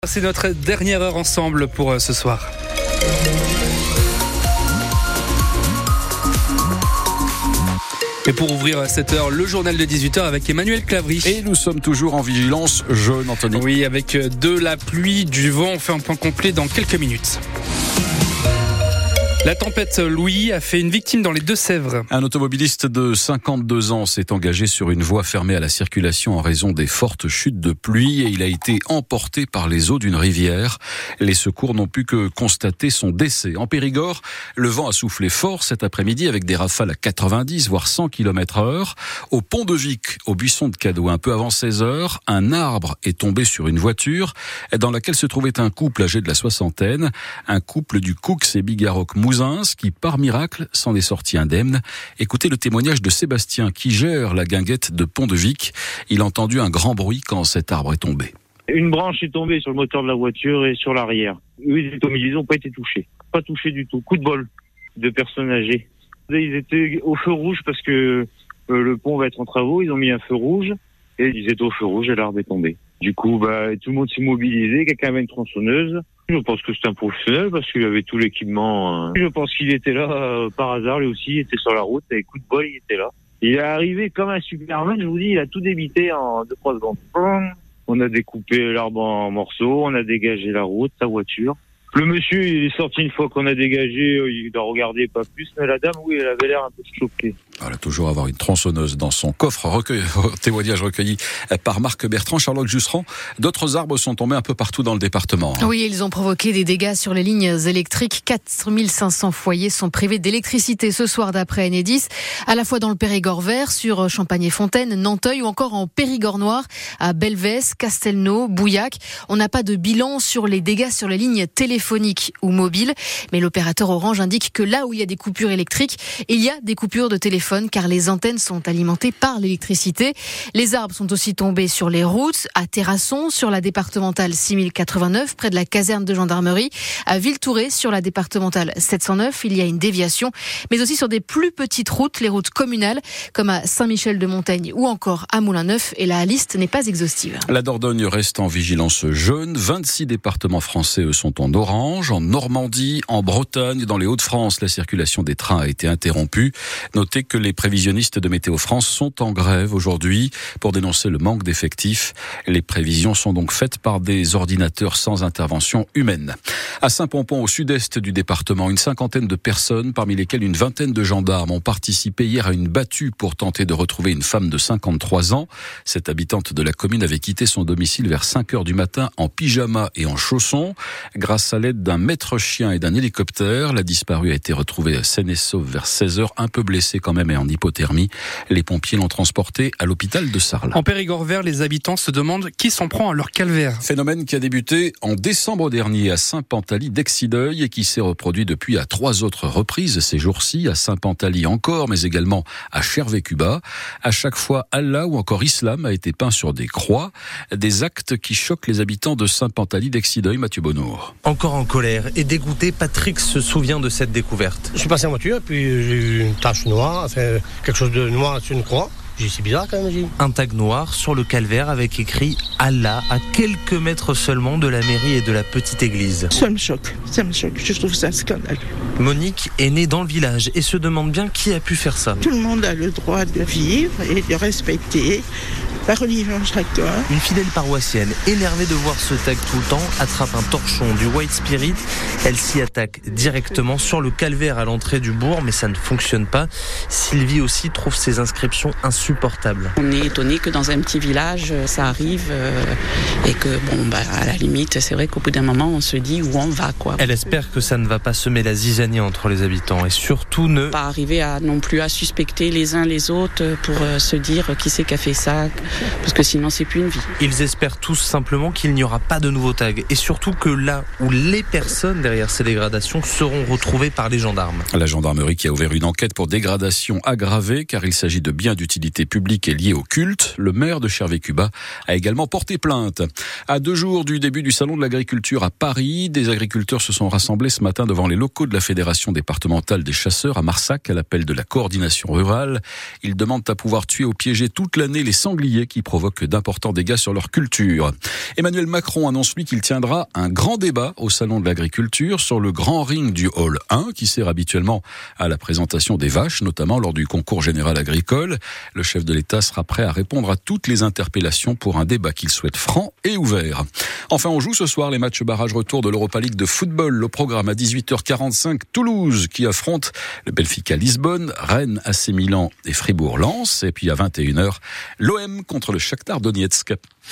C'est notre dernière heure ensemble pour ce soir. Et pour ouvrir cette heure, le journal de 18h avec Emmanuel Clavry. Et nous sommes toujours en vigilance jaune, Anthony. Oui, avec de la pluie, du vent. On fait un point complet dans quelques minutes. La tempête Louis a fait une victime dans les Deux-Sèvres. Un automobiliste de 52 ans s'est engagé sur une voie fermée à la circulation en raison des fortes chutes de pluie et il a été emporté par les eaux d'une rivière. Les secours n'ont pu que constater son décès. En Périgord, le vent a soufflé fort cet après-midi avec des rafales à 90 voire 100 km/h. Au pont de Vic, au buisson de Cadeau, un peu avant 16 heures, un arbre est tombé sur une voiture dans laquelle se trouvait un couple âgé de la soixantaine, un couple du Coux et Bigarroc Mouzins qui, par miracle, s'en est sorti indemne. Écoutez le témoignage de Sébastien qui gère la guinguette de Pont de Vic. Il a entendu un grand bruit quand cet arbre est tombé. Une branche est tombée sur le moteur de la voiture et sur l'arrière. Eux, ils étaient au milieu, ils n'ont pas été touchés. Pas touchés du tout. Coup de bol de personnes âgées. Ils étaient au feu rouge parce que le pont va être en travaux. Ils ont mis un feu rouge et ils étaient au feu rouge et l'arbre est tombé. Du coup, tout le monde s'est mobilisé. Quelqu'un avait une tronçonneuse. Je pense que c'est un professionnel parce qu'il avait tout l'équipement. Je pense qu'il était là par hasard, lui aussi, il était sur la route, avec coup de bol, il était là. Il est arrivé comme un Superman, je vous dis, il a tout débité en 2-3 secondes. On a découpé l'arbre en morceaux, on a dégagé la route, sa voiture. Le monsieur, il est sorti une fois qu'on a dégagé, il a regardé pas plus, mais la dame, oui, elle avait l'air un peu choquée. Voilà, toujours avoir une tronçonneuse dans son coffre. Témoignage recueilli par Marc Bertrand, Charlotte Jusserand. D'autres arbres sont tombés un peu partout dans le département. Oui, ils ont provoqué des dégâts sur les lignes électriques. 4500 foyers sont privés d'électricité ce soir d'après Enedis, à la fois dans le Périgord vert, sur Champagne-et-Fontaine, Nanteuil ou encore en Périgord noir, à Belvès, Castelnau, Bouillac. On n'a pas de bilan sur les dégâts sur les lignes téléphoniques ou mobiles, mais l'opérateur Orange indique que là où il y a des coupures électriques, il y a des coupures de téléphone car les antennes sont alimentées par l'électricité. Les arbres sont aussi tombés sur les routes, à Terrasson, sur la départementale 6089, près de la caserne de gendarmerie, à Villetouré, sur la départementale 709, il y a une déviation, mais aussi sur des plus petites routes, les routes communales, comme à Saint-Michel-de-Montaigne ou encore à Moulin-Neuf, et la liste n'est pas exhaustive. La Dordogne reste en vigilance jaune. 26 départements français sont en orange. En Normandie, en Bretagne, dans les Hauts-de-France, la circulation des trains a été interrompue. Notez que les prévisionnistes de Météo France sont en grève aujourd'hui pour dénoncer le manque d'effectifs. Les prévisions sont donc faites par des ordinateurs sans intervention humaine. À Saint-Pompon, au sud-est du département, une cinquantaine de personnes, parmi lesquelles une vingtaine de gendarmes, ont participé hier à une battue pour tenter de retrouver une femme de 53 ans. Cette habitante de la commune avait quitté son domicile vers 5 heures du matin en pyjama et en chaussons. Grâce à l'aide d'un maître-chien et d'un hélicoptère, la disparue a été retrouvée saine et sauve vers 16 heures, un peu blessée quand même et en hypothermie. Les pompiers l'ont transportée à l'hôpital de Sarlat. En Périgord vert, les habitants se demandent qui s'en prend à leur calvaire. Phénomène qui a débuté en décembre dernier à Saint-Pantaly d'Exideuil et qui s'est reproduit depuis à 3 autres reprises ces jours-ci, à Saint-Pantaly encore, mais également à Chervé-Cuba. À chaque fois, Allah ou encore Islam a été peint sur des croix. Des actes qui choquent les habitants de Saint-Pantaly d'Exideuil. Mathieu Bonnour. Encore en colère et dégoûté, Patrick se souvient de cette découverte. Je suis passé en voiture, puis j'ai eu une tache noire, enfin quelque chose de noir sur une croix. J'ai dit, c'est bizarre quand même, j'ai dit. Un tag noir sur le calvaire avec écrit Allah à quelques mètres seulement de la mairie et de la petite église. Ça me choque, je trouve ça scandaleux. Monique est née dans le village et se demande bien qui a pu faire ça. Tout le monde a le droit de vivre et de respecter la religion de chacun. Une fidèle paroissienne, énervée de voir ce tag tout le temps, attrape un torchon du White Spirit. Elle s'y attaque directement sur le calvaire à l'entrée du bourg, mais ça ne fonctionne pas. Sylvie aussi trouve ces inscriptions insupportables. On est étonné que dans un petit village, ça arrive et que, à la limite, c'est vrai qu'au bout d'un moment, on se dit où on va, quoi. Elle espère que ça ne va pas semer la zizanie entre les habitants et surtout ne pas arriver non plus à suspecter les uns les autres pour se dire qui c'est qui a fait ça. Parce que sinon c'est plus une vie. Ils espèrent tous simplement qu'il n'y aura pas de nouveaux tags et surtout que là où les personnes derrière ces dégradations seront retrouvées par les gendarmes. La gendarmerie qui a ouvert une enquête pour dégradation aggravée car il s'agit de biens d'utilité publique et liés au culte. Le maire de Chervé-Cuba a également porté plainte. À 2 jours du début du salon de l'agriculture à Paris, des agriculteurs se sont rassemblés ce matin devant les locaux de la Fédération fédération départementale des chasseurs à Marsac à l'appel de la coordination rurale. Ils demandent à pouvoir tuer ou piéger toute l'année les sangliers qui provoquent d'importants dégâts sur leur culture. Emmanuel Macron annonce lui qu'il tiendra un grand débat au Salon de l'Agriculture sur le grand ring du Hall 1 qui sert habituellement à la présentation des vaches, notamment lors du concours général agricole. Le chef de l'État sera prêt à répondre à toutes les interpellations pour un débat qu'il souhaite franc et ouvert. Enfin, on joue ce soir les matchs barrage retour de l'Europa League de football. Au programme à 18h45, Toulouse qui affronte le Benfica Lisbonne, Rennes AC Milan et Fribourg-Lens. Et puis à 21h, l'OM contre le Shakhtar Donetsk.